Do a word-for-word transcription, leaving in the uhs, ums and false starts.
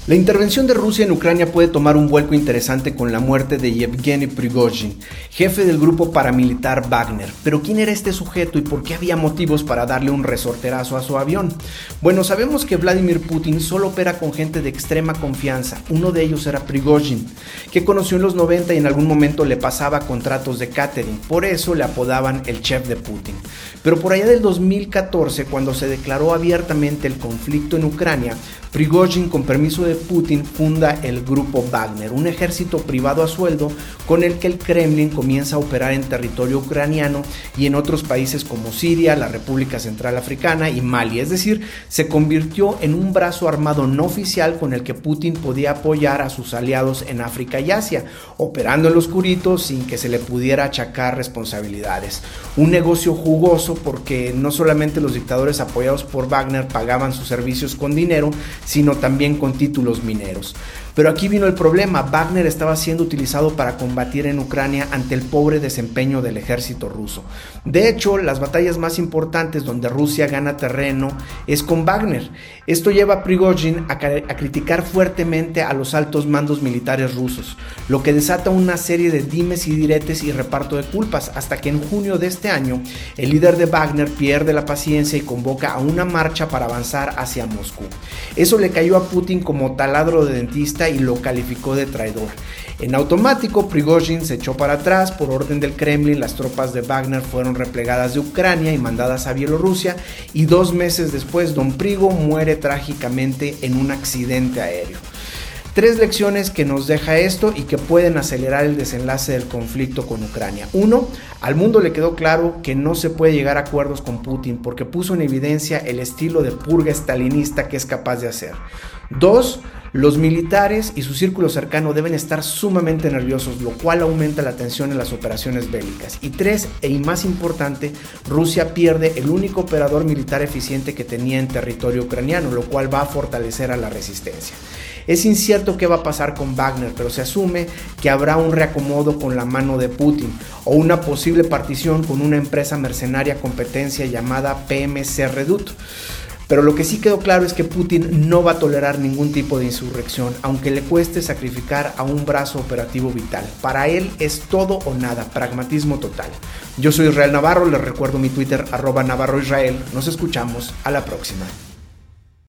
La intervención de Rusia en Ucrania puede tomar un vuelco interesante con la muerte de Yevgeny Prigozhin, jefe del grupo paramilitar Wagner. Pero ¿quién era este sujeto y por qué había motivos para darle un resorterazo a su avión? Bueno, sabemos que Vladimir Putin solo opera con gente de extrema confianza. Uno de ellos era Prigozhin, que conoció en los noventa y en algún momento le pasaba contratos de catering. Por eso le apodaban el chef de Putin. Pero por allá del dos mil catorce, cuando se declaró abiertamente el conflicto en Ucrania, Prigozhin, con permiso de Putin, funda el grupo Wagner, un ejército privado a sueldo con el que el Kremlin comienza a operar en territorio ucraniano y en otros países como Siria, la República Central Africana y Mali. Es decir, se convirtió en un brazo armado no oficial con el que Putin podía apoyar a sus aliados en África y Asia, operando en lo oscurito sin que se le pudiera achacar responsabilidades. Un negocio jugoso porque no solamente los dictadores apoyados por Wagner pagaban sus servicios con dinero, sino también con títulos mineros. Pero aquí vino el problema. Wagner estaba siendo utilizado para combatir en Ucrania ante el pobre desempeño del ejército ruso. De hecho, las batallas más importantes donde Rusia gana terreno es con Wagner. Esto lleva a Prigozhin a, a criticar fuertemente a los altos mandos militares rusos, lo que desata una serie de dimes y diretes y reparto de culpas, hasta que en junio de este año el líder de Wagner pierde la paciencia y convoca a una marcha para avanzar hacia Moscú. Eso le cayó a Putin como taladro de dentista y lo calificó de traidor. En automático, Prigozhin se echó para atrás. Por orden del Kremlin, las tropas de Wagner fueron replegadas de Ucrania y mandadas a Bielorrusia, y dos meses después, Don Prigo muere trágicamente en un accidente aéreo. Tres lecciones que nos deja esto y que pueden acelerar el desenlace del conflicto con Ucrania. Uno, al mundo le quedó claro que no se puede llegar a acuerdos con Putin porque puso en evidencia el estilo de purga estalinista que es capaz de hacer. Dos, los militares y su círculo cercano deben estar sumamente nerviosos, lo cual aumenta la tensión en las operaciones bélicas. Y tres, y más importante, Rusia pierde el único operador militar eficiente que tenía en territorio ucraniano, lo cual va a fortalecer a la resistencia. Es incierto qué va a pasar con Wagner, pero se asume que habrá un reacomodo con la mano de Putin o una posible partición con una empresa mercenaria competencia llamada P M C Redut. Pero lo que sí quedó claro es que Putin no va a tolerar ningún tipo de insurrección, aunque le cueste sacrificar a un brazo operativo vital. Para él es todo o nada, pragmatismo total. Yo soy Israel Navarro, les recuerdo mi Twitter, arroba Navarro Israel. Nos escuchamos a la próxima.